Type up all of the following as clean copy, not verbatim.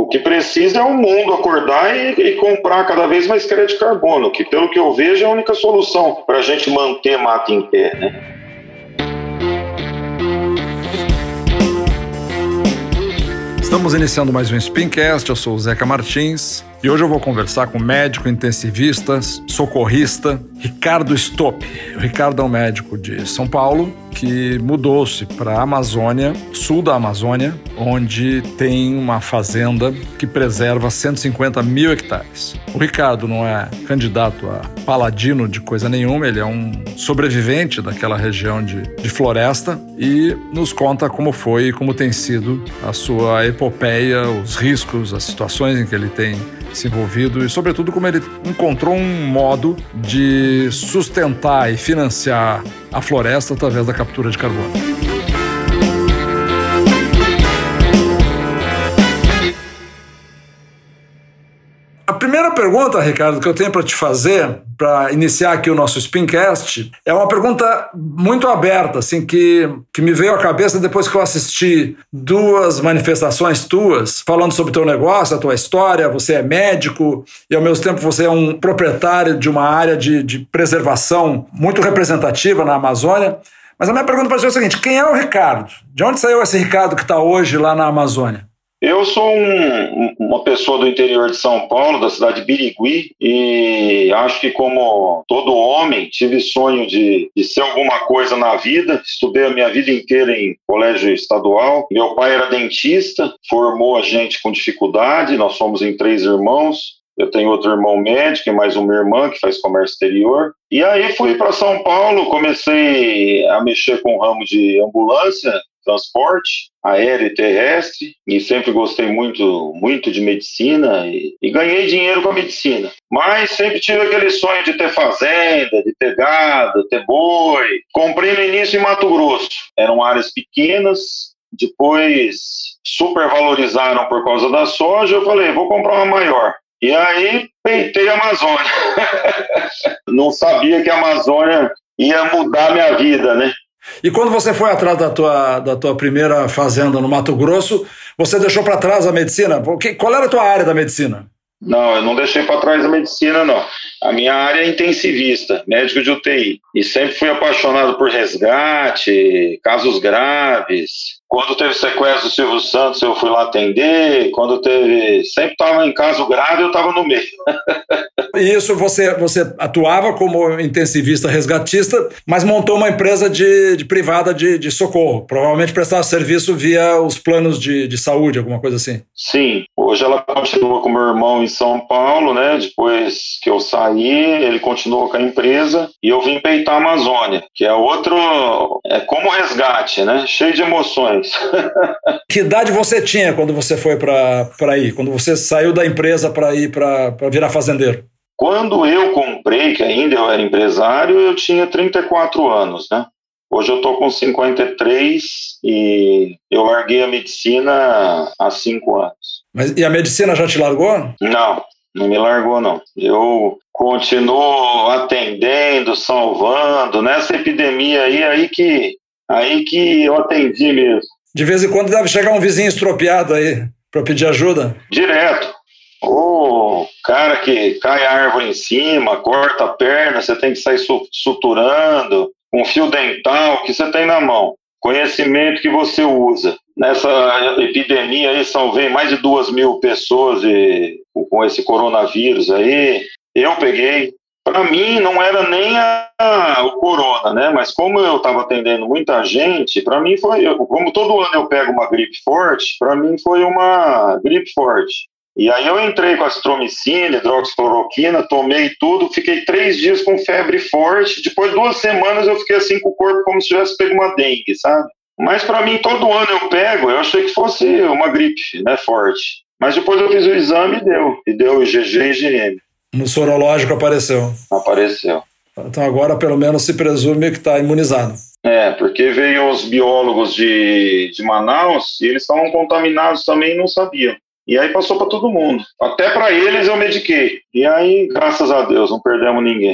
O que precisa é o mundo acordar e comprar cada vez mais crédito de carbono, que pelo que eu vejo é a única solução para a gente manter mata em pé, né? Estamos iniciando mais um Spincast, eu sou o Zeca Martins e hoje eu vou conversar com o médico intensivista, socorrista, Ricardo Stopp. O Ricardo é um médico de São Paulo que mudou-se para a Amazônia, sul da Amazônia, onde tem uma fazenda que preserva 150 mil hectares. O Ricardo não é candidato a paladino de coisa nenhuma, ele é um sobrevivente daquela região de floresta e nos conta como foi e como tem sido a sua epopeia, os riscos, as situações em que ele tem se envolvido e, sobretudo, como ele encontrou um modo de sustentar e financiar a floresta através da captura de carbono. A primeira pergunta, Ricardo, que eu tenho para te fazer, para iniciar aqui o nosso Spincast, é uma pergunta muito aberta, assim, que me veio à cabeça depois que eu assisti duas manifestações tuas, falando sobre o teu negócio, a tua história. Você é médico e, ao mesmo tempo, você é um proprietário de uma área de preservação muito representativa na Amazônia. Mas a minha pergunta para você é o seguinte: quem é o Ricardo? De onde saiu esse Ricardo que está hoje lá na Amazônia? Eu sou uma pessoa do interior de São Paulo, da cidade de Birigui, e acho que, como todo homem, tive sonho de ser alguma coisa na vida. Estudei a minha vida inteira em colégio estadual. Meu pai era dentista, formou a gente com dificuldade. Nós somos em 3 irmãos. Eu tenho outro irmão médico e mais uma irmã que faz comércio exterior. E aí fui para São Paulo, comecei a mexer com o ramo de ambulância, transporte aéreo e terrestre, e sempre gostei muito de medicina e ganhei dinheiro com a medicina. Mas sempre tive aquele sonho de ter fazenda, de ter gado, ter boi. Comprei no início em Mato Grosso. Eram áreas pequenas, depois supervalorizaram por causa da soja. Eu falei, vou comprar uma maior. E aí peitei a Amazônia. Não sabia que a Amazônia ia mudar minha vida, né? E quando você foi atrás da tua primeira fazenda no Mato Grosso, você deixou para trás a medicina? Qual era a tua área da medicina? Não, eu não deixei para trás a medicina, não. A minha área é intensivista, médico de UTI. E sempre fui apaixonado por resgate, casos graves. Quando teve sequestro do Silvio Santos, eu fui lá atender. Sempre estava em caso grave, eu estava no meio. E isso, você atuava como intensivista resgatista, mas montou uma empresa privada de socorro. Provavelmente prestava serviço via os planos de saúde, alguma coisa assim. Sim, hoje ela continua com meu irmão em São Paulo, né? Depois que eu saí, ele continuou com a empresa e eu vim peitar a Amazônia, que é como resgate, né? Cheio de emoções. Que idade você tinha quando você foi para aí? Quando você saiu da empresa para ir para virar fazendeiro? Quando eu comprei, que ainda eu era empresário, eu tinha 34 anos, né? Hoje eu estou com 53 e eu larguei a medicina há 5 anos. E a medicina já te largou? Não me largou, não. Eu continuo atendendo, salvando. Nessa epidemia aí que eu atendi mesmo. De vez em quando deve chegar um vizinho estropiado aí para pedir ajuda? Direto. O cara que cai a árvore em cima, corta a perna, você tem que sair suturando, um fio dental que você tem na mão, conhecimento que você usa. Nessa epidemia aí salvei mais de 2.000 pessoas com esse coronavírus aí. Eu peguei. Para mim não era nem o corona, né? Mas como eu estava atendendo muita gente, para mim como todo ano eu pego uma gripe forte, para mim foi uma gripe forte. E aí eu entrei com azitromicina, hidroxicloroquina, tomei tudo, fiquei 3 dias com febre forte, depois 2 semanas eu fiquei assim com o corpo como se tivesse pego uma dengue, sabe? Mas para mim todo ano eu achei que fosse uma gripe, né, forte. Mas depois eu fiz o exame e deu IgG e IgM. No sorológico apareceu? Apareceu. Então agora pelo menos se presume que está imunizado. Porque veio os biólogos de Manaus e eles estavam contaminados também e não sabiam. E aí passou para todo mundo. Até para eles eu mediquei. E aí, graças a Deus, não perdemos ninguém.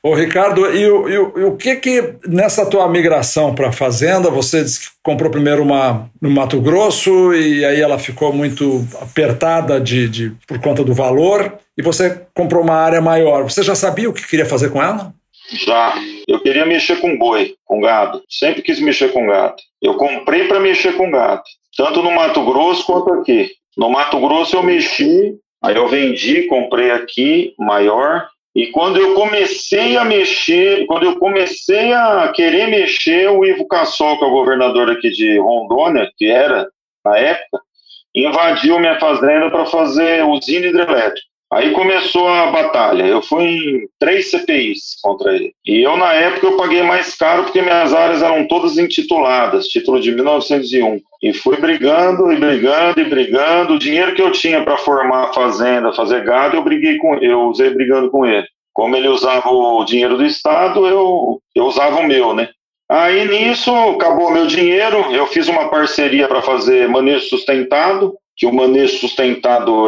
Ô, Ricardo, e o que nessa tua migração para a fazenda, você disse que comprou primeiro uma no Mato Grosso e aí ela ficou muito apertada por conta do valor e você comprou uma área maior. Você já sabia o que queria fazer com ela? Já. Eu queria mexer com boi, com gado. Sempre quis mexer com gado. Eu comprei para mexer com gado, tanto no Mato Grosso quanto aqui. No Mato Grosso eu mexi, aí eu vendi, comprei aqui, maior. E quando eu comecei a mexer, quando eu comecei a querer mexer, o Ivo Cassol, que é o governador aqui de Rondônia, que era na época, invadiu minha fazenda para fazer usina hidrelétrica. Aí começou a batalha. Eu fui em 3 CPIs contra ele. E eu, na época, eu paguei mais caro porque minhas áreas eram todas intituladas, título de 1901. E fui brigando e brigando e brigando. O dinheiro que eu tinha para formar a fazenda, fazer gado, eu usei brigando com ele. Como ele usava o dinheiro do Estado, eu usava o meu, né? Aí nisso, acabou meu dinheiro, eu fiz uma parceria para fazer manejo sustentado, que o manejo sustentado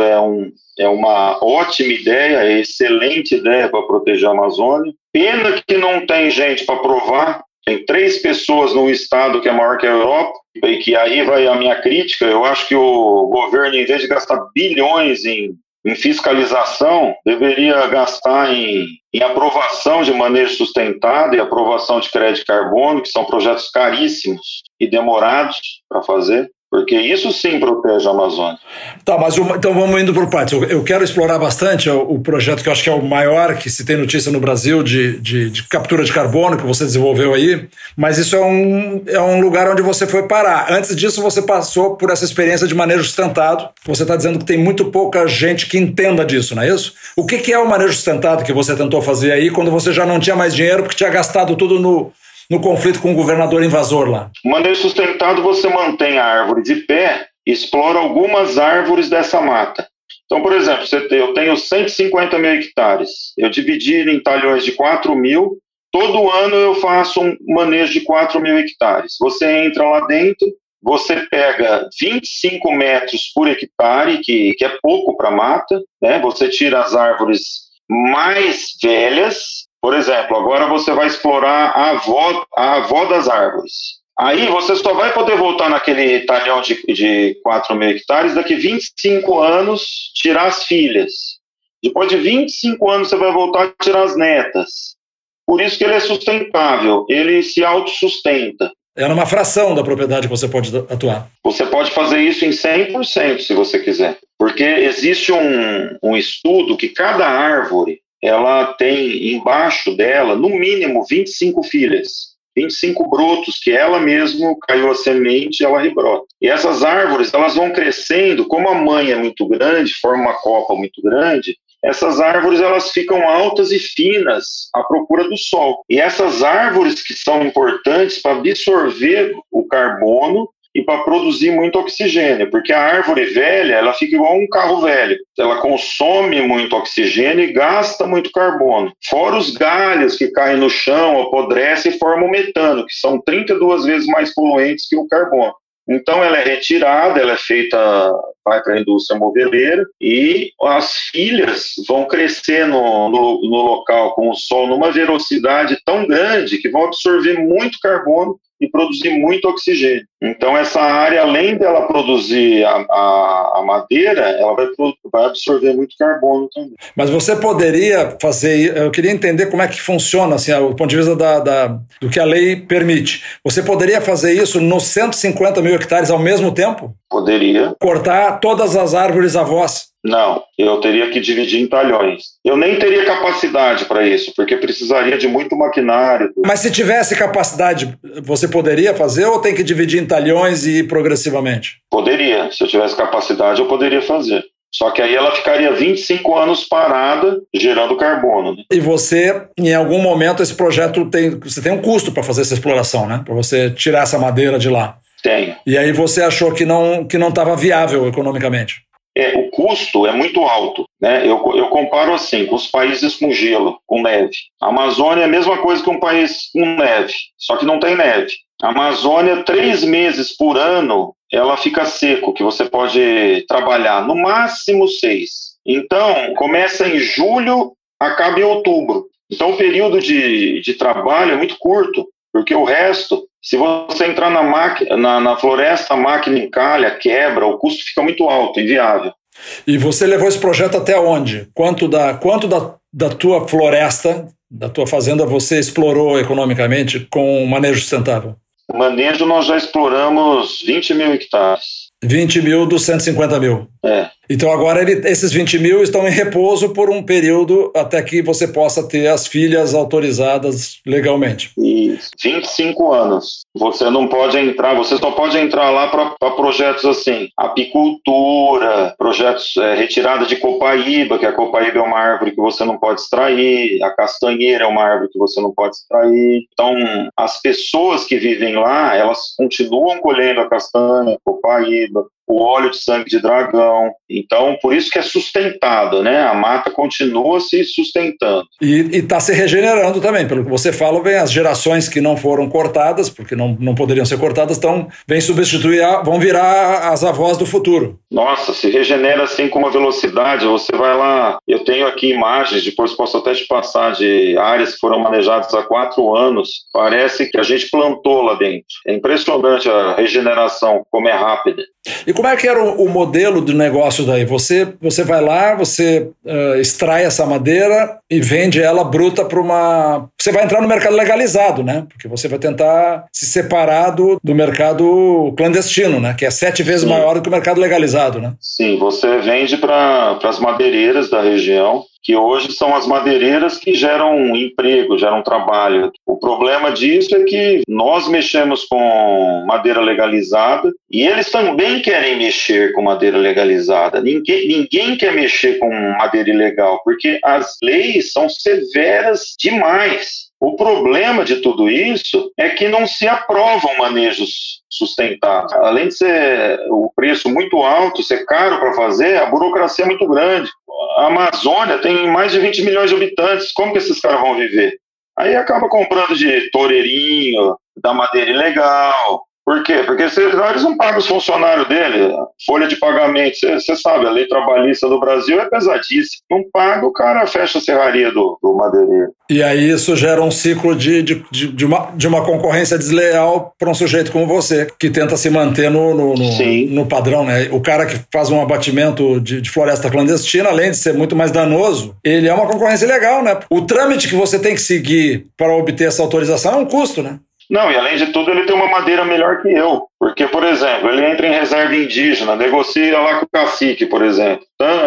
é uma ótima ideia, é excelente ideia para proteger a Amazônia. Pena que não tem gente para provar. Tem 3 pessoas no estado que é maior que a Europa, e que aí vai a minha crítica. Eu acho que o governo, em vez de gastar bilhões em fiscalização, deveria gastar em aprovação de manejo sustentado e aprovação de crédito de carbono, que são projetos caríssimos e demorados para fazer. Porque isso sim protege a Amazônia. Tá, mas então vamos indo por partes. Eu quero explorar bastante o projeto que eu acho que é o maior que se tem notícia no Brasil de captura de carbono que você desenvolveu aí, mas isso é um lugar onde você foi parar. Antes disso, você passou por essa experiência de manejo sustentado. Você está dizendo que tem muito pouca gente que entenda disso, não é isso? O que é o manejo sustentado que você tentou fazer aí quando você já não tinha mais dinheiro porque tinha gastado tudo no conflito com o governador invasor lá? O manejo sustentado, você mantém a árvore de pé e explora algumas árvores dessa mata. Então, por exemplo, eu tenho 150 mil hectares. Eu dividi em talhões de 4 mil. Todo ano eu faço um manejo de 4 mil hectares. Você entra lá dentro, você pega 25 metros por hectare, que é pouco para mata, né? Você tira as árvores mais velhas. Por exemplo, agora você vai explorar a avó das árvores. Aí você só vai poder voltar naquele talhão de 4 mil hectares daqui 25 anos, tirar as filhas. Depois de 25 anos você vai voltar a tirar as netas. Por isso que ele é sustentável, ele se autossustenta. É numa fração da propriedade que você pode atuar. Você pode fazer isso em 100% se você quiser. Porque existe um estudo que cada árvore ela tem embaixo dela, no mínimo, 25 filhas, 25 brotos, que ela mesmo caiu a semente e ela rebrota. E essas árvores, elas vão crescendo, como a mãe é muito grande, forma uma copa muito grande, essas árvores elas ficam altas e finas à procura do sol. E essas árvores que são importantes para absorver o carbono e para produzir muito oxigênio, porque a árvore velha, ela fica igual um carro velho, ela consome muito oxigênio e gasta muito carbono. Fora os galhos que caem no chão, apodrecem e formam metano, que são 32 vezes mais poluentes que o carbono. Então ela é retirada, ela é feita, vai para a indústria moveleira e as filhas vão crescer no local com o sol numa velocidade tão grande que vão absorver muito carbono e produzir muito oxigênio. Então essa área, além dela produzir a madeira, ela vai absorver muito carbono também. Mas você poderia fazer, eu queria entender como é que funciona, assim, do ponto de vista do que a lei permite. Você poderia fazer isso nos 150 mil hectares ao mesmo tempo? Poderia. Cortar todas as árvores avós? Não, eu teria que dividir em talhões. Eu nem teria capacidade para isso, porque precisaria de muito maquinário. Mas se tivesse capacidade, você poderia fazer ou tem que dividir em talhões e ir progressivamente? Poderia. Se eu tivesse capacidade, eu poderia fazer. Só que aí ela ficaria 25 anos parada, gerando carbono. Né? E você, em algum momento, esse projeto você tem um custo para fazer essa exploração, né? Para você tirar essa madeira de lá. Tem. E aí você achou que não estava viável economicamente? O custo é muito alto, né? Eu comparo assim, com os países com gelo, com neve. A Amazônia é a mesma coisa que um país com neve, só que não tem neve. A Amazônia, 3 meses por ano, ela fica seco, que você pode trabalhar, no máximo 6. Então, começa em julho, acaba em outubro. Então o período de trabalho é muito curto, porque o resto, se você entrar na floresta, a máquina encalha, quebra, o custo fica muito alto, inviável. E você levou esse projeto até onde? Quanto da tua floresta, da tua fazenda, você explorou economicamente com manejo sustentável? O manejo nós já exploramos 20 mil hectares. 20 mil dos 150 mil. É. Então agora esses 20 mil estão em repouso por um período até que você possa ter as filhas autorizadas legalmente. Isso. 25 anos. Você não pode entrar, você só pode entrar lá para projetos assim, apicultura, projetos retirada de copaíba, que a copaíba é uma árvore que você não pode extrair, a castanheira é uma árvore que você não pode extrair. Então, as pessoas que vivem lá, elas continuam colhendo a castanha, a copaíba, o óleo de sangue de dragão. Então, por isso que é sustentado, né? A mata continua se sustentando. E está se regenerando também. Pelo que você fala, vem as gerações que não foram cortadas, porque não poderiam ser cortadas, então vem substituir, vão virar as avós do futuro. Nossa, se regenera assim com uma velocidade, você vai lá, eu tenho aqui imagens, depois posso até te passar, de áreas que foram manejadas há 4 anos, parece que a gente plantou lá dentro. É impressionante a regeneração, como é rápida. E como é que era o modelo de negócio daí? Você vai lá, você extrai essa madeira e vende ela bruta para uma... Você vai entrar no mercado legalizado, né? Porque você vai tentar se separar do mercado clandestino, né? Que é 7 vezes Sim. maior do que o mercado legalizado, né? Sim, você vende para as madeireiras da região, que hoje são as madeireiras que geram emprego, geram trabalho. O problema disso é que nós mexemos com madeira legalizada e eles também querem mexer com madeira legalizada. Ninguém quer mexer com madeira ilegal, porque as leis são severas demais. O problema de tudo isso é que não se aprovam manejos sustentáveis. Além de ser o preço muito alto, ser caro para fazer, a burocracia é muito grande. A Amazônia tem mais de 20 milhões de habitantes. Como que esses caras vão viver? Aí acaba comprando de toureirinho, da madeira ilegal. Por quê? Porque eles não pagam os funcionários dele. Folha de pagamento, você sabe, a lei trabalhista do Brasil é pesadíssima. Não paga, o cara fecha a serraria do madeireiro. E aí isso gera um ciclo de uma concorrência desleal para um sujeito como você, que tenta se manter no padrão, né? O cara que faz um abatimento de floresta clandestina, além de ser muito mais danoso, ele é uma concorrência legal, né? O trâmite que você tem que seguir para obter essa autorização é um custo, né? Não, e além de tudo ele tem uma madeira melhor que eu, porque, por exemplo, ele entra em reserva indígena, negocia lá com o cacique, por exemplo.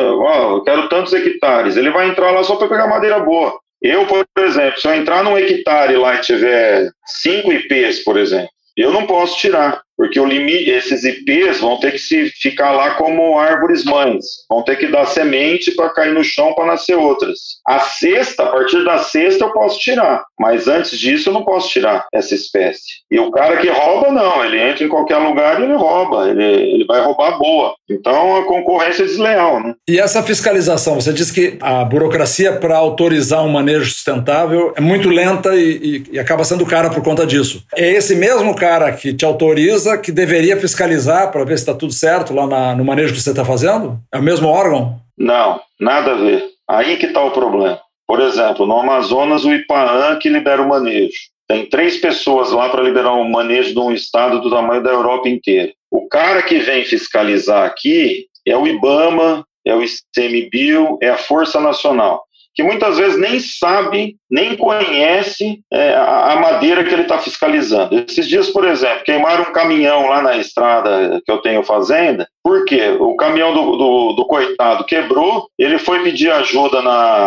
Eu quero tantos hectares, ele vai entrar lá só para pegar madeira boa. Eu, por exemplo, se eu entrar num hectare lá e tiver 5 IPs, por exemplo, eu não posso tirar, porque esses IPs vão ter que ficar lá como árvores mães, vão ter que dar semente para cair no chão para nascer outras. A partir da sexta eu posso tirar, mas antes disso eu não posso tirar essa espécie. E o cara que rouba, não, ele entra em qualquer lugar e ele rouba, ele vai roubar boa. Então a concorrência é desleal, né? E essa fiscalização, você disse que a burocracia para autorizar um manejo sustentável é muito lenta e acaba sendo cara por conta disso. É esse mesmo cara que te autoriza que deveria fiscalizar para ver se está tudo certo lá no manejo que você está fazendo? É o mesmo órgão? Não, nada a ver. Aí que está o problema. Por exemplo, no Amazonas, o IPAAM que libera o manejo. Tem 3 pessoas lá para liberar o manejo de um estado do tamanho da Europa inteira. O cara que vem fiscalizar aqui é o IBAMA, é o ICMBio, é a Força Nacional, que muitas vezes nem sabe, nem conhece a madeira que ele está fiscalizando. Esses dias, por exemplo, queimaram um caminhão lá na estrada que eu tenho fazenda. Por quê? O caminhão do coitado quebrou, ele foi pedir ajuda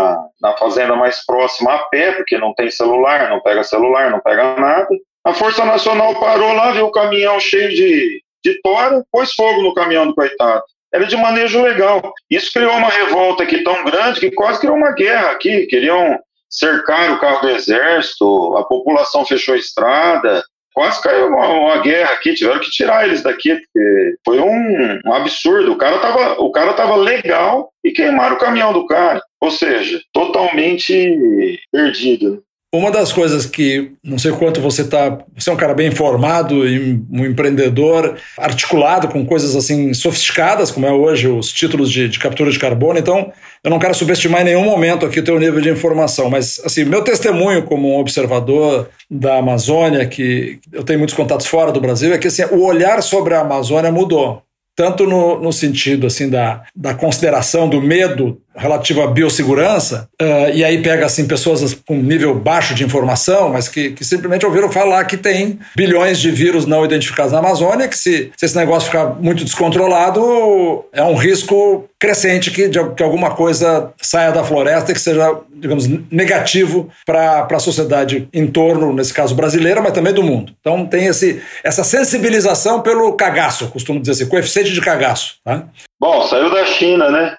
na fazenda mais próxima a pé, porque não tem celular, não pega nada. A Força Nacional parou lá, viu o caminhão cheio de tora, pôs fogo no caminhão do coitado. Era de manejo legal. Isso criou uma revolta aqui tão grande que quase criou uma guerra aqui. Queriam cercar o carro do exército, a população fechou a estrada, quase caiu uma guerra aqui, tiveram que tirar eles daqui, porque foi um absurdo. O cara tava legal e queimaram o caminhão do cara. Ou seja, totalmente perdido. Uma das coisas que, não sei quanto você é um cara bem informado e um empreendedor articulado com coisas assim sofisticadas, como é hoje os títulos de captura de carbono, então eu não quero subestimar em nenhum momento aqui o teu nível de informação, mas assim, meu testemunho como um observador da Amazônia, que eu tenho muitos contatos fora do Brasil, é que assim, o olhar sobre a Amazônia mudou. Tanto no sentido assim, da consideração do medo relativo à biossegurança, e aí pega assim, pessoas com nível baixo de informação, mas que simplesmente ouviram falar que tem bilhões de vírus não identificados na Amazônia, que se esse negócio ficar muito descontrolado, é um risco crescente que alguma coisa saia da floresta e que seja, digamos, negativo para a sociedade em torno, nesse caso brasileira, mas também do mundo. Então tem essa sensibilização pelo cagaço, costumo dizer assim, coeficiente de cagaço. Tá? Bom, saiu da China, né?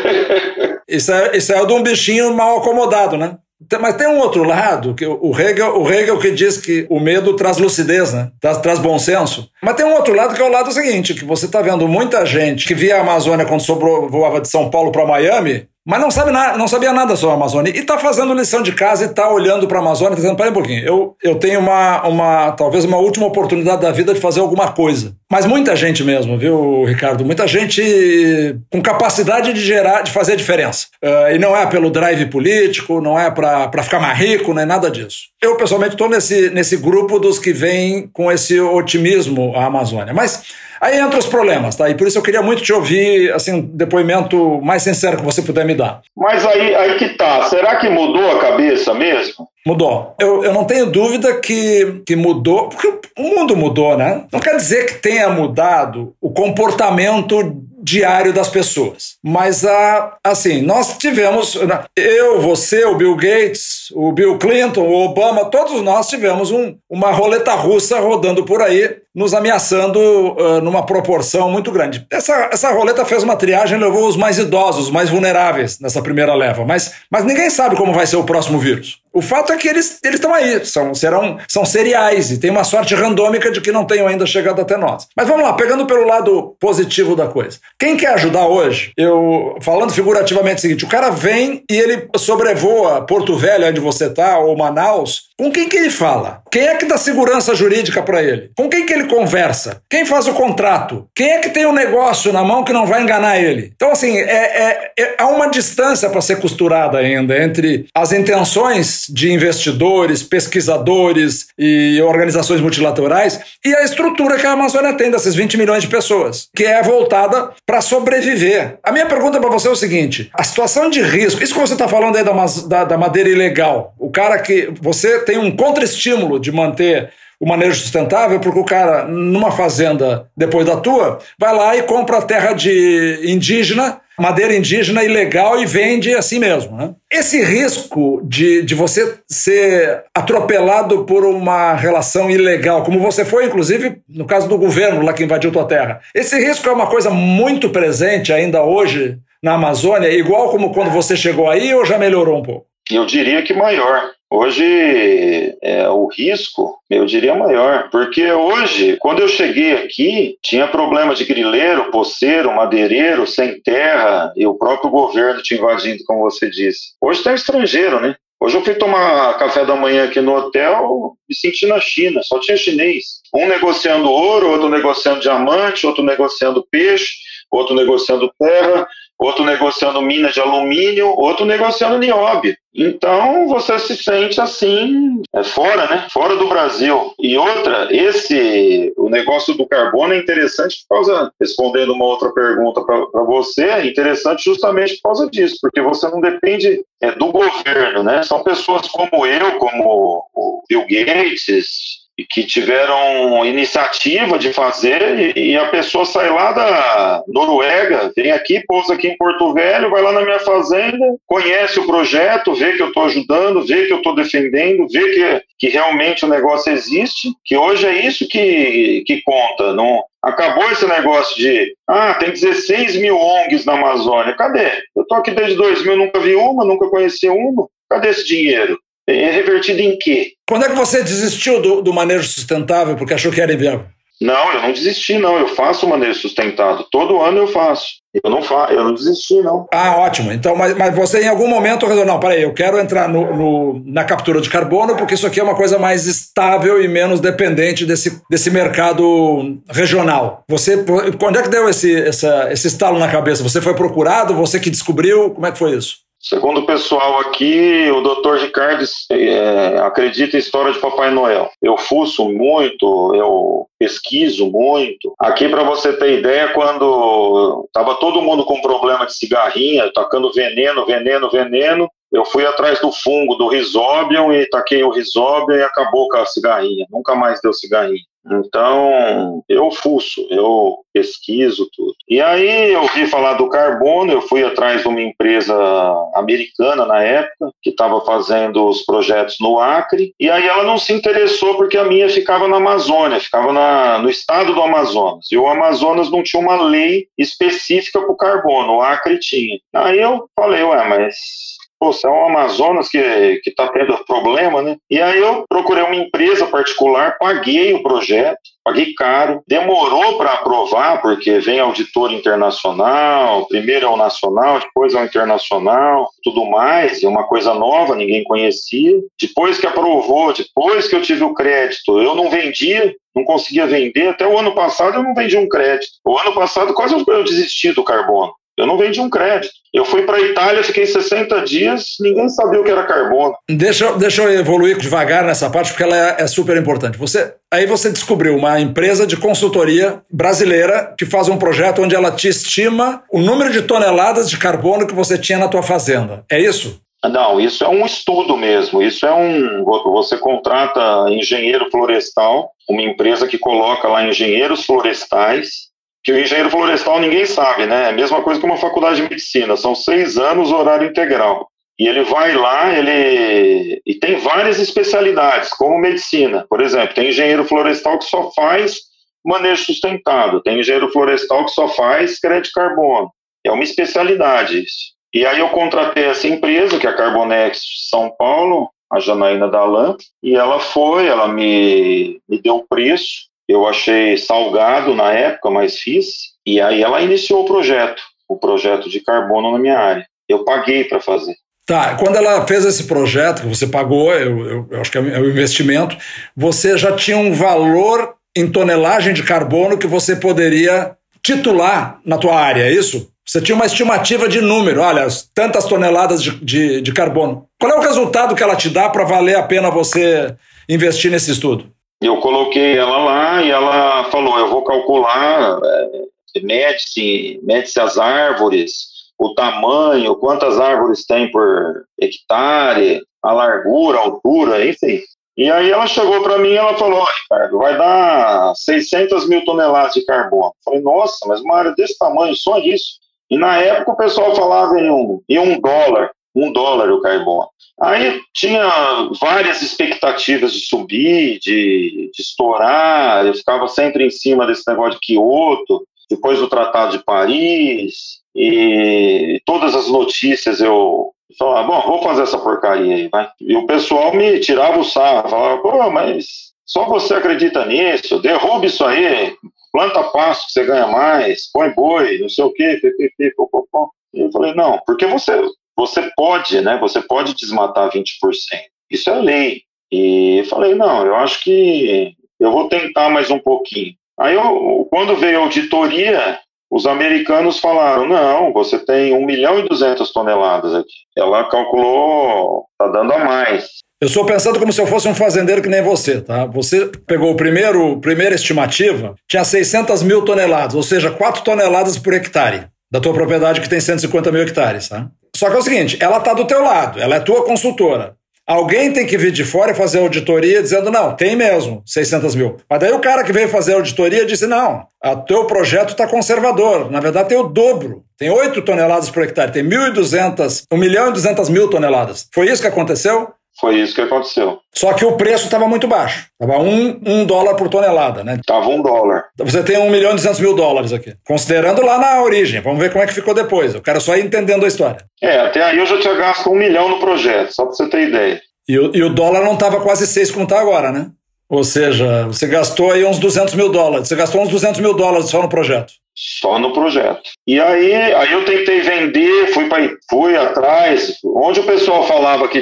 Isso é de um bichinho mal acomodado, né? Mas tem um outro lado, que o Hegel que diz que o medo traz lucidez, né? Traz bom senso. Mas tem um outro lado que é o lado seguinte, que você está vendo muita gente que via a Amazônia quando voava de São Paulo para Miami, mas não sabia nada sobre a Amazônia e está fazendo lição de casa e está olhando para a Amazônia e está dizendo, peraí um pouquinho, eu tenho talvez uma última oportunidade da vida de fazer alguma coisa. Mas muita gente mesmo, viu, Ricardo? Muita gente com capacidade de fazer a diferença. E não é pelo drive político, não é para ficar mais rico, não é nada disso. Eu, pessoalmente, estou nesse grupo dos que vêm com esse otimismo à Amazônia. Mas aí entram os problemas, tá? E por isso eu queria muito te ouvir, assim, um depoimento mais sincero que você puder me dar. Mas aí que tá. Será que mudou a cabeça mesmo? Mudou. Eu não tenho dúvida que mudou, porque o mundo mudou, né? Não quer dizer que tenha mudado o comportamento diário das pessoas. Mas, assim, nós tivemos, eu, você, o Bill Gates, o Bill Clinton, o Obama, todos nós tivemos uma roleta russa rodando por aí, nos ameaçando numa proporção muito grande. Essa roleta fez uma triagem e levou os mais idosos, os mais vulneráveis nessa primeira leva, mas ninguém sabe como vai ser o próximo vírus. O fato é que eles estão aí, são seriais e tem uma sorte randômica de que não tenham ainda chegado até nós. Mas vamos lá, pegando pelo lado positivo da coisa. Quem quer ajudar hoje, falando figurativamente o seguinte, o cara vem e ele sobrevoa Porto Velho, onde você está, ou Manaus, com quem que ele fala? Quem é que dá segurança jurídica para ele? Com quem que ele conversa? Quem faz o contrato? Quem é que tem um negócio na mão que não vai enganar ele? Então, assim, há uma distância para ser costurada ainda entre as intenções de investidores, pesquisadores e organizações multilaterais e a estrutura que a Amazônia tem desses 20 milhões de pessoas, que é voltada para sobreviver. A minha pergunta para você é o seguinte, a situação de risco, isso que você está falando aí da madeira ilegal, o cara que você tem um contra-estímulo de manter o manejo sustentável, porque o cara, numa fazenda depois da tua, vai lá e compra terra de indígena, madeira indígena ilegal e vende assim mesmo, né? Esse risco de você ser atropelado por uma relação ilegal, como você foi, inclusive, no caso do governo lá que invadiu tua terra, esse risco é uma coisa muito presente ainda hoje na Amazônia, igual como quando você chegou aí, ou já melhorou um pouco? Eu diria que maior. Hoje, o risco, eu diria maior, porque hoje, quando eu cheguei aqui, tinha problema de grileiro, poceiro, madeireiro, sem terra, e o próprio governo te invadindo, como você disse. Hoje tem estrangeiro, né? Hoje eu fui tomar café da manhã aqui no hotel, me senti na China, só tinha chinês. Um negociando ouro, outro negociando diamante, outro negociando peixe, outro negociando terra, outro negociando mina de alumínio, outro negociando nióbio. Então, você se sente assim, fora, né? Fora do Brasil. E outra, o negócio do carbono é interessante por causa, respondendo uma outra pergunta para você, é interessante justamente por causa disso, porque você não depende do governo, né? São pessoas como eu, como o Bill Gates, que tiveram iniciativa de fazer, e a pessoa sai lá da Noruega, vem aqui, pousa aqui em Porto Velho, vai lá na minha fazenda, conhece o projeto, vê que eu estou ajudando, vê que eu estou defendendo, vê que realmente o negócio existe, que hoje é isso que conta. Não acabou esse negócio de tem 16 mil ONGs na Amazônia. Cadê? Eu estou aqui desde 2000, nunca vi uma, nunca conheci uma. Cadê esse dinheiro? É revertido em quê? Quando é que você desistiu do manejo sustentável porque achou que era inviável? Não, eu não desisti, não. Eu faço manejo sustentado. Todo ano eu faço. Eu não desisti, não. Ah, ótimo. Então, mas você em algum momento resolveu, não, peraí, eu quero entrar na captura de carbono porque isso aqui é uma coisa mais estável e menos dependente desse mercado regional. Quando é que deu esse estalo na cabeça? Você foi procurado? Você que descobriu? Como é que foi isso? Segundo o pessoal aqui, o Dr. Ricardo acredita em história de Papai Noel. Eu fuço muito, eu pesquiso muito. Aqui, para você ter ideia, quando estava todo mundo com problema de cigarrinha, tacando veneno, eu fui atrás do fungo, do Rhizobium, e taquei o Rhizobium e acabou com a cigarrinha. Nunca mais deu cigarrinha. Então, eu fuço, eu pesquiso tudo. E aí eu ouvi falar do carbono, eu fui atrás de uma empresa americana na época, que estava fazendo os projetos no Acre, e aí ela não se interessou porque a minha ficava na Amazônia, ficava no estado do Amazonas. E o Amazonas não tinha uma lei específica para o carbono, o Acre tinha. Aí eu falei, mas... Pô, é o Amazonas que está tendo problema, né? E aí eu procurei uma empresa particular, paguei o projeto, paguei caro, demorou para aprovar, porque vem auditor internacional, primeiro é o nacional, depois é o internacional, tudo mais, e uma coisa nova, ninguém conhecia. Depois que aprovou, depois que eu tive o crédito, eu não vendia, não conseguia vender, até o ano passado eu não vendi um crédito. O ano passado quase eu desisti do carbono. Eu não vendi um crédito. Eu fui para a Itália, fiquei 60 dias, ninguém sabia o que era carbono. Deixa eu evoluir devagar nessa parte, porque ela é super importante. Aí você descobriu uma empresa de consultoria brasileira que faz um projeto onde ela te estima o número de toneladas de carbono que você tinha na tua fazenda. É isso? Não, isso é um estudo mesmo. Isso você contrata engenheiro florestal, uma empresa que coloca lá engenheiros florestais, que o engenheiro florestal ninguém sabe, né? É a mesma coisa que uma faculdade de medicina, são 6 anos horário integral. E ele vai lá, e tem várias especialidades, como medicina. Por exemplo, tem engenheiro florestal que só faz manejo sustentado, tem engenheiro florestal que só faz crédito de carbono. É uma especialidade isso. E aí eu contratei essa empresa, que é a Carbonex São Paulo, a Janaína Dalan, e ela me deu o preço. Eu achei salgado na época, mas fiz. E aí ela iniciou o projeto de carbono na minha área. Eu paguei para fazer. Tá, quando ela fez esse projeto, que você pagou, eu acho que é um investimento, você já tinha um valor em tonelagem de carbono que você poderia titular na tua área, é isso? Você tinha uma estimativa de número, olha, tantas toneladas de carbono. Qual é o resultado que ela te dá para valer a pena você investir nesse estudo? Eu coloquei ela lá e ela falou, eu vou calcular, mede-se as árvores, o tamanho, quantas árvores tem por hectare, a largura, a altura, enfim. E aí ela chegou para mim e ela falou, Ricardo, vai dar 600 mil toneladas de carbono. Eu falei, nossa, mas uma área desse tamanho, só isso. E na época o pessoal falava em $1 o carbono. Aí tinha várias expectativas de subir, de estourar, eu ficava sempre em cima desse negócio de Kyoto, depois do Tratado de Paris, e todas as notícias eu falava, bom, vou fazer essa porcaria aí, vai. E o pessoal me tirava o sarro, falava, pô, mas só você acredita nisso, derruba isso aí, planta pasto que você ganha mais, põe boi, não sei o quê, pipipipopopó. E eu falei, não, porque você pode, né? Você pode desmatar 20%. Isso é lei. E eu falei, não, eu acho que eu vou tentar mais um pouquinho. Aí, quando veio a auditoria, os americanos falaram, não, você tem 1.200.000 toneladas aqui. Ela calculou, tá dando a mais. Eu estou pensando como se eu fosse um fazendeiro que nem você, tá? Você pegou primeira estimativa, tinha 600 mil toneladas, ou seja, 4 toneladas por hectare da tua propriedade que tem 150 mil hectares, tá? Só que é o seguinte, ela está do teu lado, ela é tua consultora. Alguém tem que vir de fora e fazer auditoria dizendo, não, tem mesmo 600 mil. Mas daí o cara que veio fazer a auditoria disse, não, o teu projeto está conservador. Na verdade tem o dobro, tem 8 toneladas por hectare, tem 1.200.000 toneladas. Foi isso que aconteceu? Foi isso que aconteceu. Só que o preço estava muito baixo. Estava $1 por tonelada, né? Estava $1. Você tem $1.200.000 aqui. Considerando lá na origem. Vamos ver como é que ficou depois. Eu quero só ir entendendo a história. Até aí eu já tinha gasto $1 milhão no projeto, só para você ter ideia. E o dólar não estava quase 6 como está agora, né? Ou seja, você gastou aí uns $200 mil. Você gastou uns $200 mil só no projeto. Só no projeto. E aí eu tentei vender, fui atrás. Onde o pessoal falava que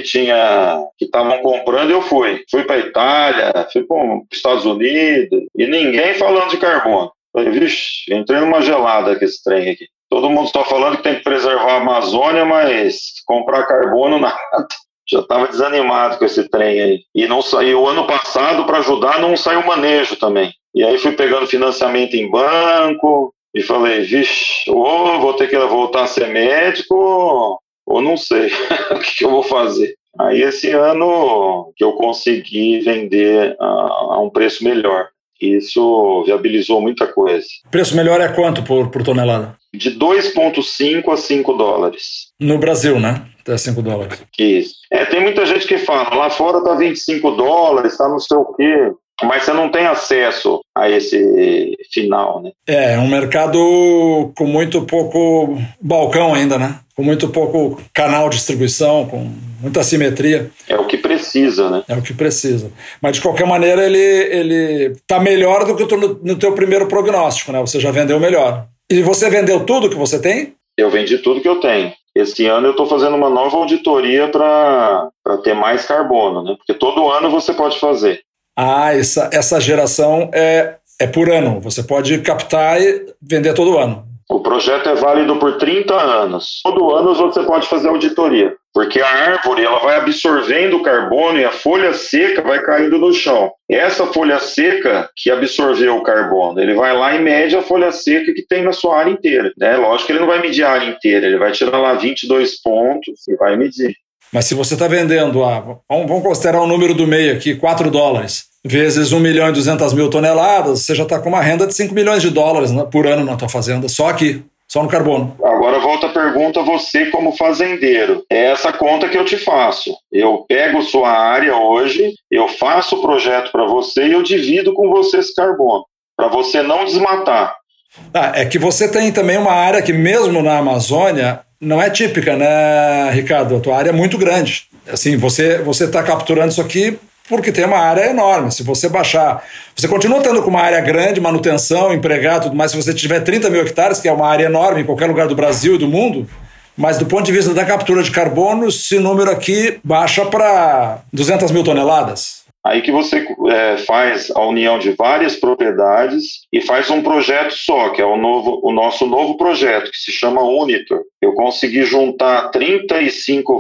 estavam comprando, eu fui. Fui para Itália, fui para os Estados Unidos, e ninguém falando de carbono. Falei, vixe, entrei numa gelada com esse trem aqui. Todo mundo está falando que tem que preservar a Amazônia, mas comprar carbono, nada. Já estava desanimado com esse trem aí. E não saiu o ano passado, para ajudar, não saiu manejo também. E aí fui pegando financiamento em banco e falei, vixe, ou vou ter que voltar a ser médico, ou não sei o que eu vou fazer. Aí esse ano que eu consegui vender a um preço melhor. Isso viabilizou muita coisa. O preço melhor é quanto por tonelada? De 2,5 a $5. No Brasil, né? Até $5. Isso. Tem muita gente que fala, lá fora tá $25, tá não sei o quê, mas você não tem acesso a esse final, né? É um mercado com muito pouco balcão ainda, né? Com muito pouco canal de distribuição, com muita assimetria. É o que precisa, né? É o que precisa. Mas, de qualquer maneira, ele tá melhor do que no teu primeiro prognóstico, né? Você já vendeu melhor. E você vendeu tudo que você tem? Eu vendi tudo que eu tenho. Esse ano eu estou fazendo uma nova auditoria para ter mais carbono, né? Porque todo ano você pode fazer. Ah, essa geração é por ano. Você pode captar e vender todo ano. O projeto é válido por 30 anos. Todo ano você pode fazer auditoria, porque a árvore ela vai absorvendo o carbono e a folha seca vai caindo no chão. Essa folha seca que absorveu o carbono, ele vai lá e mede a folha seca que tem na sua área inteira, né? Lógico que ele não vai medir a área inteira, ele vai tirar lá 22 pontos e vai medir. Mas se você está vendendo, vamos considerar o número do meio aqui, $4, vezes 1.200.000 toneladas, você já está com uma renda de $5 milhões por ano na tua fazenda, só aqui, só no carbono. Agora volta a pergunta, você como fazendeiro, é essa conta que eu te faço. Eu pego sua área hoje, eu faço o projeto para você e eu divido com você esse carbono, para você não desmatar. É que você tem também uma área que mesmo na Amazônia não é típica, né, Ricardo? A tua área é muito grande. Assim, você está capturando isso aqui porque tem uma área enorme. Se você baixar... Você continua tendo com uma área grande, manutenção, empregado, tudo mais. Se você tiver 30 mil hectares, que é uma área enorme em qualquer lugar do Brasil e do mundo, mas do ponto de vista da captura de carbono, esse número aqui baixa para 200.000 toneladas. Aí que você faz a união de várias propriedades e faz um projeto só, que é o nosso novo projeto, que se chama Unitor. Eu consegui juntar 35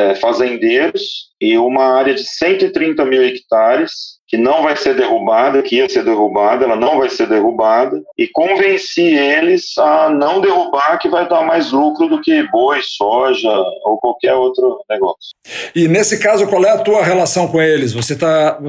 fazendeiros e uma área de 130 mil hectares, que não vai ser derrubada, que ia ser derrubada, ela não vai ser derrubada, e convenci eles a não derrubar, que vai dar mais lucro do que boi, soja ou qualquer outro negócio. E nesse caso, qual é a tua relação com eles? Você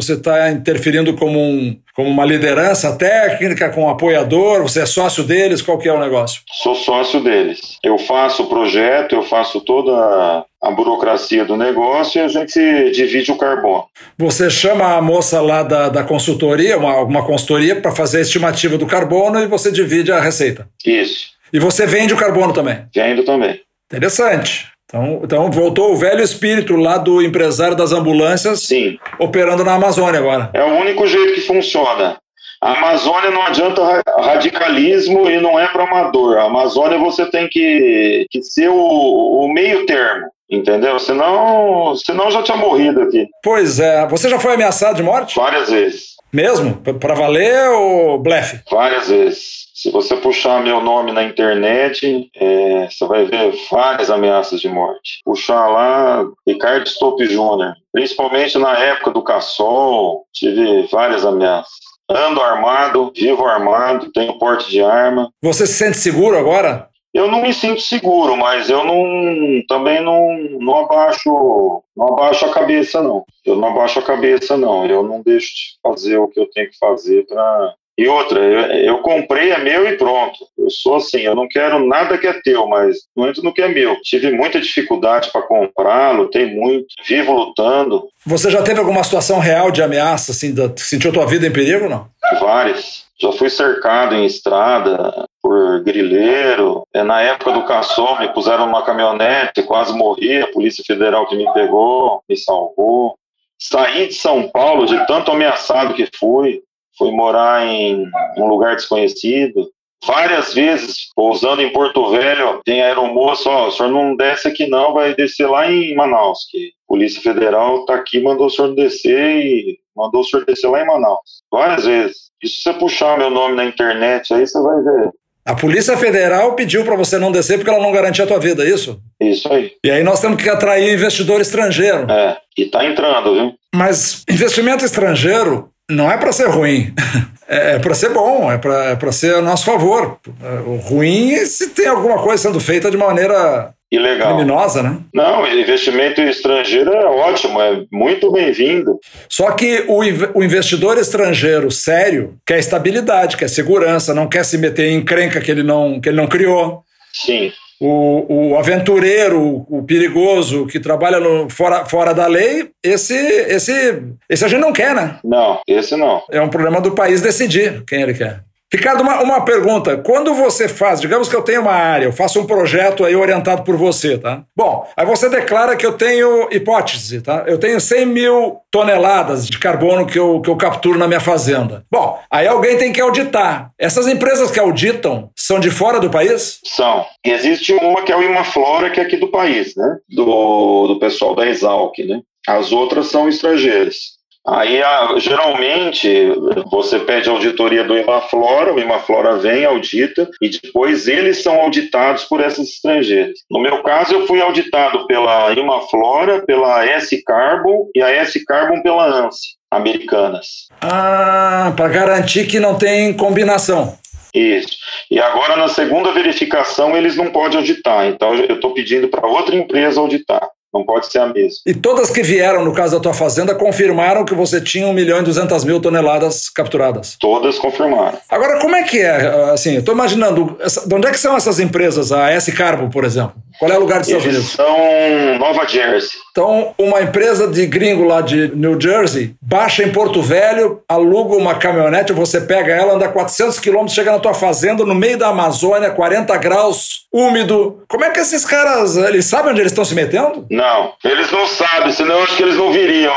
tá interferindo como uma liderança técnica, com um apoiador? Você é sócio deles? Qual que é o negócio? Sou sócio deles. Eu faço o projeto, eu faço toda a burocracia do negócio e a gente divide o carbono. Você chama a moça lá da consultoria, uma consultoria, para fazer a estimativa do carbono e você divide a receita. Isso. E você vende o carbono também? Vendo também. Interessante. Então voltou o velho espírito lá do empresário das ambulâncias. Sim. Operando na Amazônia agora. É o único jeito que funciona. A Amazônia não adianta radicalismo e não é para amador. A Amazônia você tem que ser o meio termo, entendeu? Senão já tinha morrido aqui. Pois é. Você já foi ameaçado de morte? Várias vezes. Mesmo? Para valer ou blefe? Várias vezes. Se você puxar meu nome na internet, você vai ver várias ameaças de morte. Puxar lá, Ricardo Stopp Jr., principalmente na época do caçol, tive várias ameaças. Ando armado, vivo armado, tenho porte de arma. Você se sente seguro agora? Eu não me sinto seguro, mas eu também não abaixo a cabeça, não. Eu não abaixo a cabeça, não. Eu não deixo de fazer o que eu tenho que fazer para... E outra, eu comprei, é meu e pronto. Eu sou assim, eu não quero nada que é teu, mas não entro no que é meu. Tive muita dificuldade para comprar, lutei muito, vivo lutando. Você já teve alguma situação real de ameaça, assim, sentiu a tua vida em perigo ou não? Várias. Já fui cercado em estrada por grileiro. Na época do caçol, me puseram numa caminhonete, quase morri. A Polícia Federal que me pegou, me salvou. saí de São Paulo, de tanto ameaçado que fui morar em um lugar desconhecido. Várias vezes, pousando em Porto Velho, tem aeromoço, o senhor não desce aqui não, vai descer lá em Manaus, que a Polícia Federal está aqui, mandou o senhor descer e mandou o senhor descer lá em Manaus. Várias vezes. E se você puxar meu nome na internet, aí você vai ver. A Polícia Federal pediu para você não descer porque ela não garantia a tua vida, é isso? Isso aí. E aí nós temos que atrair investidor estrangeiro. E tá entrando, viu? Mas investimento estrangeiro não é para ser ruim. É para ser bom, é para ser a nosso favor. O ruim é se tem alguma coisa sendo feita de maneira ilegal, criminosa, né? Não, investimento estrangeiro é ótimo, é muito bem-vindo. Só que o investidor estrangeiro sério quer estabilidade, quer segurança, não quer se meter em encrenca que ele não criou. Sim. O aventureiro, o perigoso, que trabalha fora da lei, esse a gente não quer, né? Não, esse não. É um problema do país decidir quem ele quer. Ricardo, uma pergunta. Quando você faz, digamos que eu tenho uma área, eu faço um projeto aí orientado por você, tá? Bom, aí você declara que eu tenho hipótese, tá? Eu tenho 100 mil toneladas de carbono que eu capturo na minha fazenda. Bom, aí alguém tem que auditar. Essas empresas que auditam são de fora do país? São. Existe uma que é o Imaflora, que é aqui do país, né? Do pessoal da Exalc, né? As outras são estrangeiras. Aí, geralmente, você pede auditoria do Imaflora, o Imaflora vem, audita, e depois eles são auditados por essas estrangeiras. No meu caso, eu fui auditado pela Imaflora, pela S-Carbon e a S-Carbon pela ANSI, americanas. Para garantir que não tem combinação. Isso. E agora, na segunda verificação, eles não podem auditar. Então, eu estou pedindo para outra empresa auditar. Não pode ser a mesma. E todas que vieram, no caso da tua fazenda, confirmaram que você tinha 1.200.000 toneladas capturadas? Todas confirmaram. Agora, como é que é? Assim, eu estou imaginando, de onde é que são essas empresas? A S-Carbon, por exemplo? Qual é o lugar dos Estados Unidos? São Nova Jersey. Então, uma empresa de gringo lá de New Jersey baixa em Porto Velho, aluga uma caminhonete, você pega ela, anda 400 quilômetros, chega na tua fazenda, no meio da Amazônia, 40 graus, úmido. Como é que esses caras, eles sabem onde eles estão se metendo? Não, eles não sabem, senão eu acho que eles não viriam.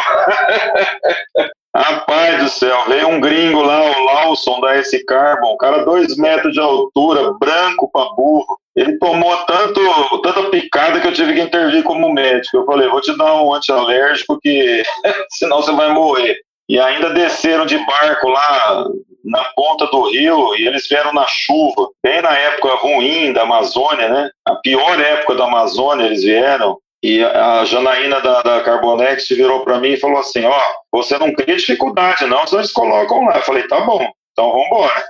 Rapaz do céu, veio um gringo lá, o Lawson da S-Carbon, cara 2 metros de altura, branco pra burro. Ele tomou tanta picada que eu tive que intervir como médico. Eu falei, vou te dar um antialérgico que senão você vai morrer. E ainda desceram de barco lá na ponta do rio e eles vieram na chuva, bem na época ruim da Amazônia, né? A pior época da Amazônia eles vieram. E a Janaína da Carbonex virou para mim e falou assim, você não cria dificuldade não, senão eles colocam lá. Eu falei, tá bom, então vamos embora.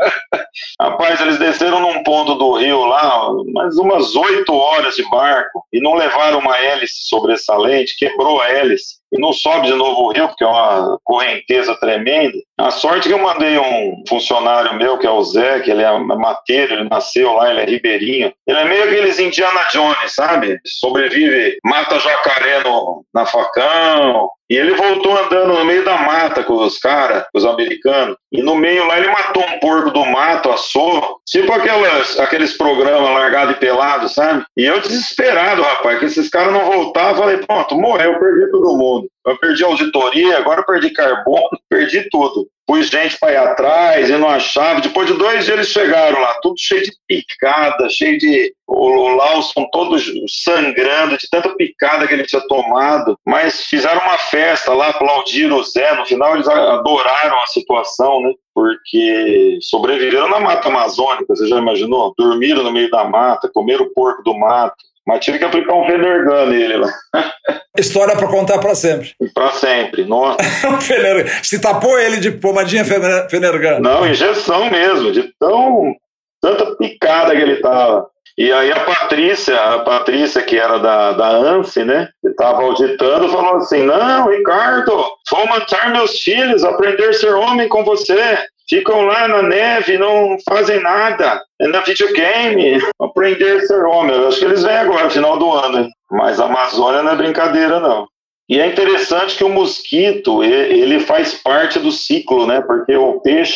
Rapaz, eles desceram num ponto do rio lá, mais umas 8 horas de barco, e não levaram uma hélice sobressalente, quebrou a hélice, e não sobe de novo o rio, porque é uma correnteza tremenda. A sorte que eu mandei um funcionário meu, que é o Zé, que ele é mateiro, ele nasceu lá, ele é ribeirinho. Ele é meio aqueles Indiana Jones, sabe? Sobrevive, mata jacaré na facão. E ele voltou andando no meio da mata com os caras, os americanos. E no meio lá ele matou um porco do mato, assou. Tipo aqueles programas largado e pelado, sabe? E eu desesperado, rapaz, que esses caras não voltavam. Falei, pronto, morreu, perdi todo mundo. Eu perdi a auditoria, agora eu perdi carbono, perdi tudo. Pus gente para ir atrás e não achava. Depois de 2 dias eles chegaram lá, tudo cheio de picada, cheio de... O Lawson todo sangrando de tanta picada que ele tinha tomado. Mas fizeram uma festa lá, aplaudiram o Zé. No final eles adoraram a situação, né? Porque sobreviveram na mata amazônica, você já imaginou? Dormiram no meio da mata, comeram o porco do mato. Mas tive que aplicar um Fenergan nele lá. História pra contar pra sempre. Pra sempre, nossa. Se tapou ele de pomadinha Fenergan. Não, injeção mesmo, de tanta picada que ele tava. E aí a Patrícia que era da ANSI, né, que estava auditando, falou assim, não, Ricardo, vou matar meus filhos, aprender a ser homem com você. Ficam lá na neve, não fazem nada. É na videogame, aprender a ser homem. Eu acho que eles vêm agora, final do ano. Hein? Mas a Amazônia não é brincadeira, não. E é interessante que o mosquito, ele faz parte do ciclo, né? Porque o peixe,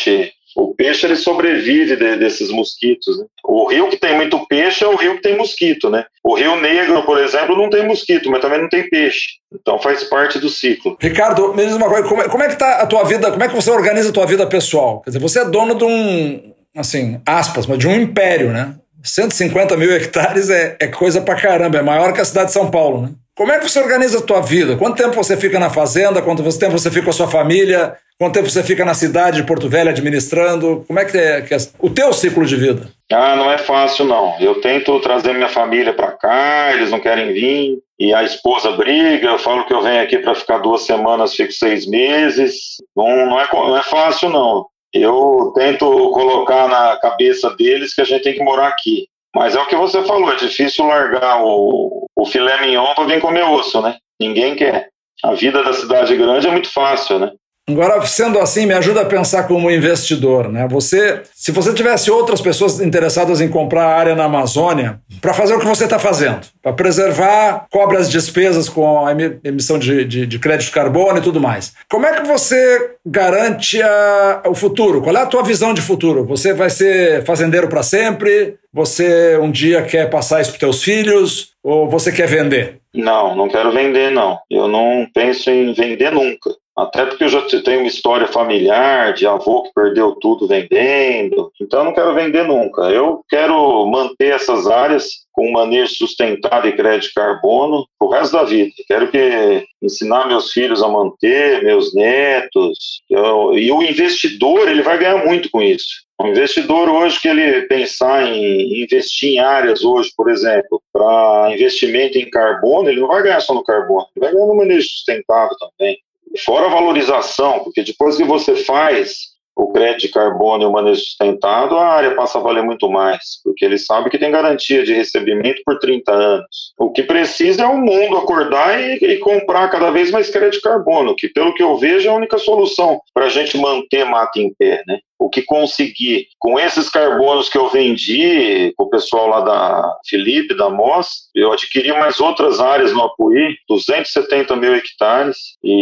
O peixe, ele sobrevive desses mosquitos, né? O rio que tem muito peixe é o rio que tem mosquito, né? O Rio Negro, por exemplo, não tem mosquito, mas também não tem peixe. Então faz parte do ciclo. Ricardo, me diz uma coisa, como é que tá a tua vida, como é que você organiza a tua vida pessoal? Quer dizer, você é dono de um, assim, aspas, mas de um império, né? 150 mil hectares é coisa pra caramba, é maior que a cidade de São Paulo, né? Como é que você organiza a tua vida? Quanto tempo você fica na fazenda? Quanto tempo você fica com a sua família? Quanto tempo você fica na cidade de Porto Velho administrando? Como é que é o teu ciclo de vida? Não é fácil, não. Eu tento trazer minha família para cá, eles não querem vir, e a esposa briga, eu falo que eu venho aqui para ficar 2 semanas, fico 6 meses. Não é fácil, não. Eu tento colocar na cabeça deles que a gente tem que morar aqui. Mas é o que você falou, é difícil largar o filé mignon para vir comer osso, né? Ninguém quer. A vida da cidade grande é muito fácil, né? Agora, sendo assim, me ajuda a pensar como investidor, né? Se você tivesse outras pessoas interessadas em comprar a área na Amazônia, para fazer o que você está fazendo, para preservar, cobre as despesas com a emissão de crédito de carbono e tudo mais. Como é que você garante o futuro? Qual é a tua visão de futuro? Você vai ser fazendeiro para sempre? Você um dia quer passar isso para os teus filhos? Ou você quer vender? Não quero vender, não. Eu não penso em vender nunca. Até porque eu já tenho uma história familiar de avô que perdeu tudo vendendo. Então eu não quero vender nunca. Eu quero manter essas áreas com manejo sustentado e crédito de carbono pro resto da vida. Quero ensinar meus filhos a manter, meus netos. E o investidor, ele vai ganhar muito com isso. O investidor hoje que ele pensar em investir em áreas hoje, por exemplo, para investimento em carbono, ele não vai ganhar só no carbono, ele vai ganhar no manejo sustentável também. Fora a valorização, porque depois que você faz o crédito de carbono e o manejo sustentado, a área passa a valer muito mais, porque ele sabe que tem garantia de recebimento por 30 anos. O que precisa é o mundo acordar e comprar cada vez mais crédito de carbono, que pelo que eu vejo é a única solução para a gente manter mata em pé, né? O que conseguir, com esses carbonos que eu vendi, com o pessoal lá da Felipe, da Moss, eu adquiri mais outras áreas no Apuí, 270 mil hectares,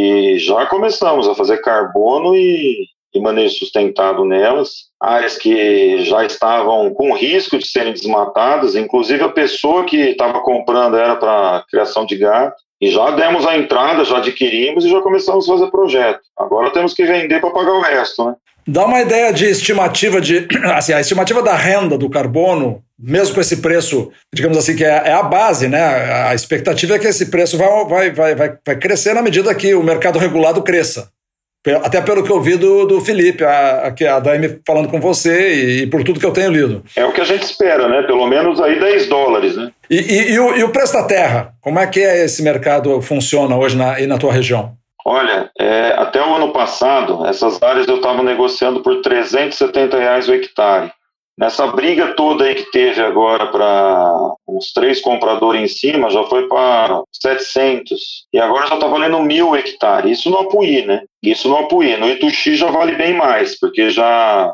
e já começamos a fazer carbono e manejo sustentado nelas, áreas que já estavam com risco de serem desmatadas, inclusive a pessoa que estava comprando era para criação de gado, e já demos a entrada, já adquirimos e já começamos a fazer projeto. Agora temos que vender para pagar o resto, né? Dá uma ideia de estimativa assim, a estimativa da renda do carbono, mesmo com esse preço, digamos assim, que é a base, né? A expectativa é que esse preço vai crescer na medida que o mercado regulado cresça. Até pelo que eu vi do Felipe, a Daime falando com você e por tudo que eu tenho lido. É o que a gente espera, né? Pelo menos aí $10, né? E o preço da terra? Como é que esse mercado funciona hoje aí na tua região? Olha, até o ano passado, essas áreas eu estava negociando por R$370 o hectare. Nessa briga toda aí que teve agora para uns 3 compradores em cima, já foi para 700. E agora já está valendo 1.000 hectares. Isso no Apuí, né? Isso no Apuí. No Ituxi já vale bem mais, porque já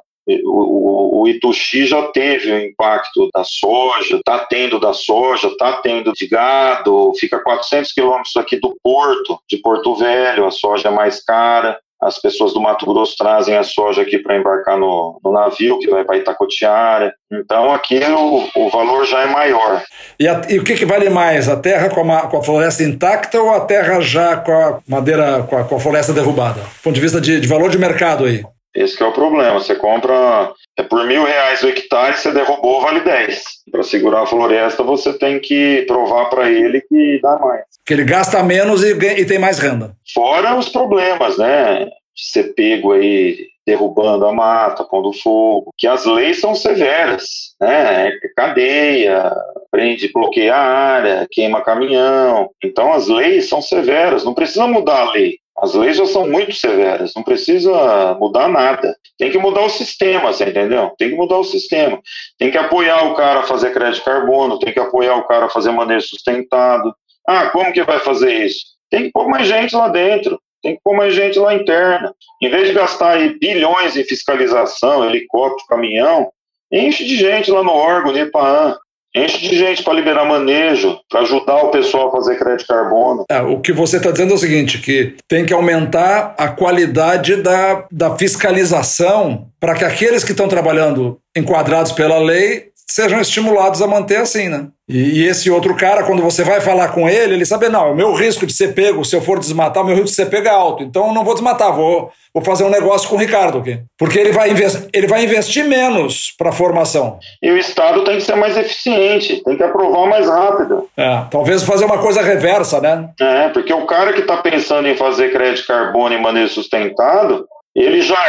o Ituxi já teve o impacto da soja, está tendo da soja, está tendo de gado, fica 400 quilômetros aqui do porto, de Porto Velho, a soja é mais cara. As pessoas do Mato Grosso trazem a soja aqui para embarcar no navio que vai para Itacoatiara. Então aqui o valor já é maior. E o que vale mais? A terra com a floresta intacta ou a terra já com a madeira, com a floresta derrubada? Do ponto de vista de valor de mercado aí. Esse que é o problema. Você compra por R$1.000 o hectare, você derrubou, vale 10. Para segurar a floresta, você tem que provar para ele que dá mais. Que ele gasta menos e tem mais renda. Fora os problemas, né? De ser pego aí derrubando a mata, pondo fogo, que as leis são severas, né? Cadeia, prende, bloqueia a área, queima caminhão. Então as leis são severas, não precisa mudar a lei. As leis já são muito severas, não precisa mudar nada. Tem que mudar o sistema, você entendeu? Tem que mudar o sistema. Tem que apoiar o cara a fazer crédito de carbono, tem que apoiar o cara a fazer manejo sustentado. Como que vai fazer isso? Tem que pôr mais gente lá dentro, tem que pôr mais gente lá interna. Em vez de gastar aí bilhões em fiscalização, helicóptero, caminhão, enche de gente lá no órgão, no IPAAN. Enche de gente para liberar manejo, para ajudar o pessoal a fazer crédito de carbono. O que você está dizendo é o seguinte, que tem que aumentar a qualidade da fiscalização para que aqueles que estão trabalhando enquadrados pela lei sejam estimulados a manter assim, né? E esse outro cara, quando você vai falar com ele sabe, não, o meu risco de ser pego, se eu for desmatar, o meu risco de ser pego é alto, então eu não vou desmatar, vou fazer um negócio com o Ricardo aqui. Porque ele vai investir menos para a formação. E o Estado tem que ser mais eficiente, tem que aprovar mais rápido. Talvez fazer uma coisa reversa, né? Porque o cara que está pensando em fazer crédito de carbono em maneira sustentado, ele já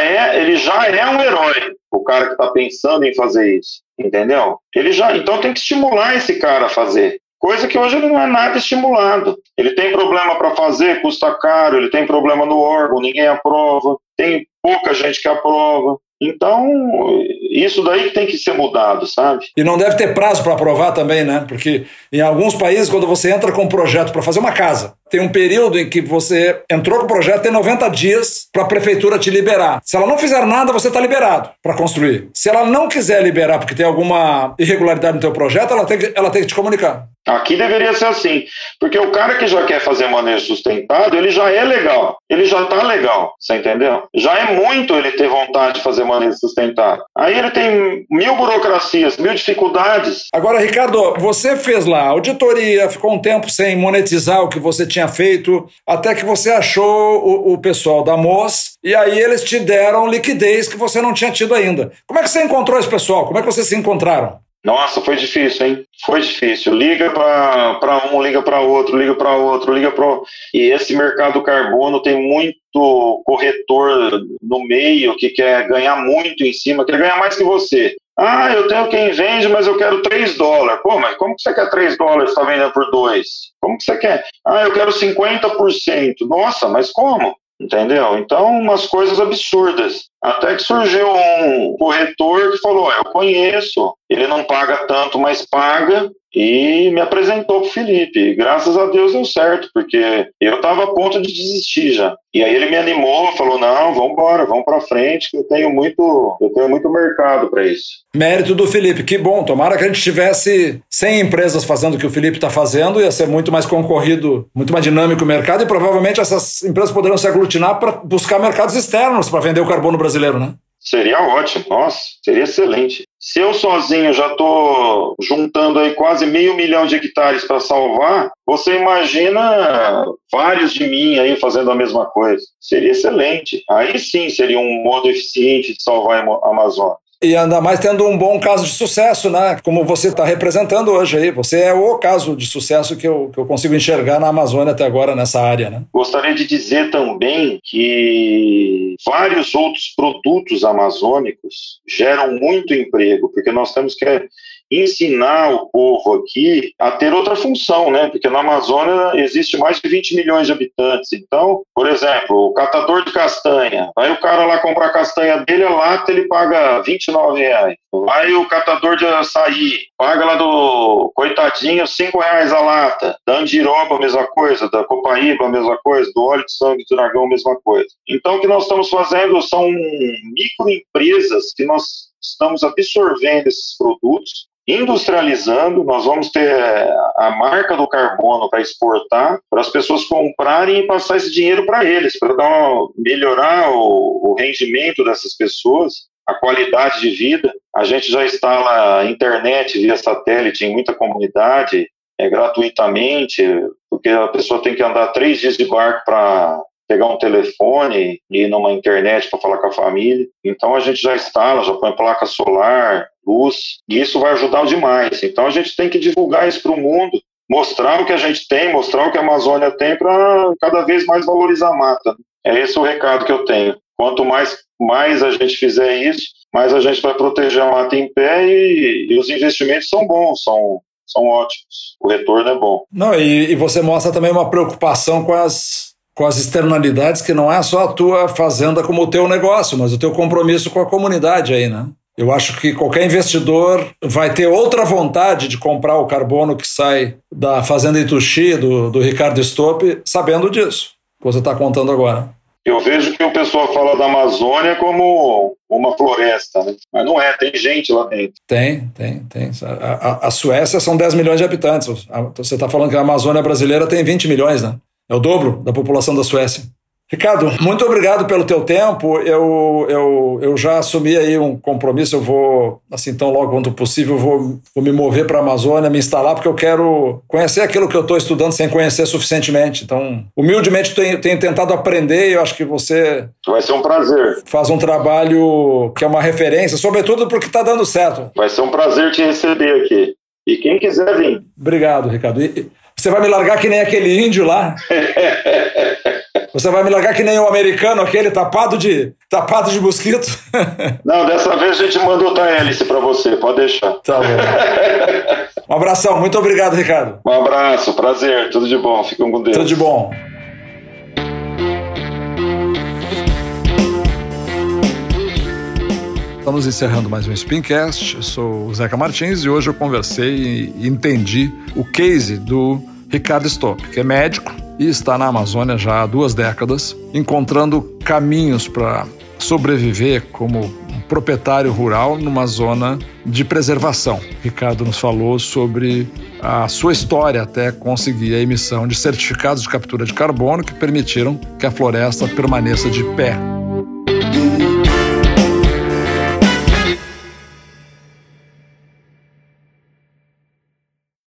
é um herói, o cara que está pensando em fazer isso, entendeu? Então tem que estimular esse cara a fazer, coisa que hoje ele não é nada estimulado. Ele tem problema para fazer, custa caro, ele tem problema no órgão, ninguém aprova, tem pouca gente que aprova. Então, isso daí que tem que ser mudado, sabe? E não deve ter prazo para aprovar também, né? Porque em alguns países, quando você entra com um projeto para fazer uma casa, tem um período em que você entrou com o projeto, tem 90 dias para a prefeitura te liberar. Se ela não fizer nada, você está liberado para construir. Se ela não quiser liberar porque tem alguma irregularidade no teu projeto, ela tem que te comunicar. Aqui deveria ser assim, porque o cara que já quer fazer manejo sustentado, ele já é legal, ele já tá legal, você entendeu? Já é muito ele ter vontade de fazer manejo sustentado. Aí ele tem 1000 burocracias, 1000 dificuldades. Agora, Ricardo, você fez lá auditoria, ficou um tempo sem monetizar o que você tinha feito, até que você achou o pessoal da MOS, e aí eles te deram liquidez que você não tinha tido ainda. Como é que você encontrou esse pessoal? Como é que vocês se encontraram? Nossa, foi difícil, hein? Foi difícil. Liga para um, liga para outro, liga para outro, liga para... E esse mercado carbono tem muito corretor no meio que quer ganhar muito em cima, quer ganhar mais que você. Eu tenho quem vende, mas eu quero $3. Pô, mas como que você quer $3 e está vendendo por 2? Como que você quer? Eu quero 50%. Nossa, mas como? Entendeu? Então, umas coisas absurdas. Até que surgiu um corretor que falou, eu conheço, ele não paga tanto, mas paga, e me apresentou pro Felipe. E graças a Deus deu certo, porque eu estava a ponto de desistir já. E aí ele me animou, falou, não, vamos embora, vamos para frente, que eu tenho muito mercado para isso. Mérito do Felipe, que bom. Tomara que a gente tivesse 100 empresas fazendo o que o Felipe está fazendo, ia ser muito mais concorrido, muito mais dinâmico o mercado, e provavelmente essas empresas poderiam se aglutinar para buscar mercados externos para vender o carbono brasileiro, né? Seria ótimo, nossa, seria excelente. Se eu sozinho já estou juntando aí quase 500 mil de hectares para salvar, você imagina vários de mim aí fazendo a mesma coisa. Seria excelente. Aí sim seria um modo eficiente de salvar a Amazônia. E ainda mais tendo um bom caso de sucesso, né? Como você está representando hoje aí. Você é o caso de sucesso que eu consigo enxergar na Amazônia até agora, nessa área, né? Gostaria de dizer também que vários outros produtos amazônicos geram muito emprego, porque nós temos que ensinar o povo aqui a ter outra função, né? Porque na Amazônia existe mais de 20 milhões de habitantes. Então, por exemplo, o catador de castanha, vai o cara lá comprar a castanha dele, a lata ele paga R$29. Vai o catador de açaí, paga lá do coitadinho R$5 a lata. Da andiroba, a mesma coisa, da copaíba, a mesma coisa, do óleo de sangue de dragão, a mesma coisa. Então, o que nós estamos fazendo são microempresas que nós estamos absorvendo esses produtos, industrializando, nós vamos ter a marca do carbono para exportar, para as pessoas comprarem e passar esse dinheiro para eles, para melhorar o rendimento dessas pessoas, a qualidade de vida. A gente já instala internet via satélite em muita comunidade, gratuitamente, porque a pessoa tem que andar 3 dias de barco para pegar um telefone e ir numa internet para falar com a família. Então a gente já instala, já põe placa solar, luz, e isso vai ajudar demais. Então a gente tem que divulgar isso para o mundo, mostrar o que a gente tem, mostrar o que a Amazônia tem para cada vez mais valorizar a mata. É esse o recado que eu tenho. Quanto mais a gente fizer isso, mais a gente vai proteger a mata em pé e os investimentos são bons, são ótimos. O retorno é bom. Não, e você mostra também uma preocupação com as externalidades, que não é só a tua fazenda como o teu negócio, mas o teu compromisso com a comunidade aí, né? Eu acho que qualquer investidor vai ter outra vontade de comprar o carbono que sai da fazenda Ituxi, do Ricardo Stopp, sabendo disso, que você está contando agora. Eu vejo que o pessoal fala da Amazônia como uma floresta, né? Mas não é, tem gente lá dentro. Tem. A Suécia são 10 milhões de habitantes. Você está falando que a Amazônia brasileira tem 20 milhões, né? É o dobro da população da Suécia. Ricardo, muito obrigado pelo teu tempo. Eu já assumi aí um compromisso. Eu vou, assim, tão logo quanto possível, vou me mover para a Amazônia, me instalar, porque eu quero conhecer aquilo que eu estou estudando sem conhecer suficientemente. Então, humildemente, tenho tentado aprender e eu acho que você... Vai ser um prazer. Faz um trabalho que é uma referência, sobretudo porque está dando certo. Vai ser um prazer te receber aqui. E quem quiser vir. Obrigado, Ricardo. Você vai me largar que nem aquele índio lá? Você vai me largar que nem o americano, aquele tapado de mosquito? Não, dessa vez a gente mandou outra hélice para você, pode deixar. Tá bom. Um abração, muito obrigado, Ricardo. Um abraço, prazer, tudo de bom, fiquem com Deus. Tudo de bom. Estamos encerrando mais um Spincast. Eu sou o Zeca Martins e hoje eu conversei e entendi o case do Ricardo Stopp, que é médico e está na Amazônia já há 2 décadas, encontrando caminhos para sobreviver como um proprietário rural numa zona de preservação. Ricardo nos falou sobre a sua história até conseguir a emissão de certificados de captura de carbono que permitiram que a floresta permaneça de pé.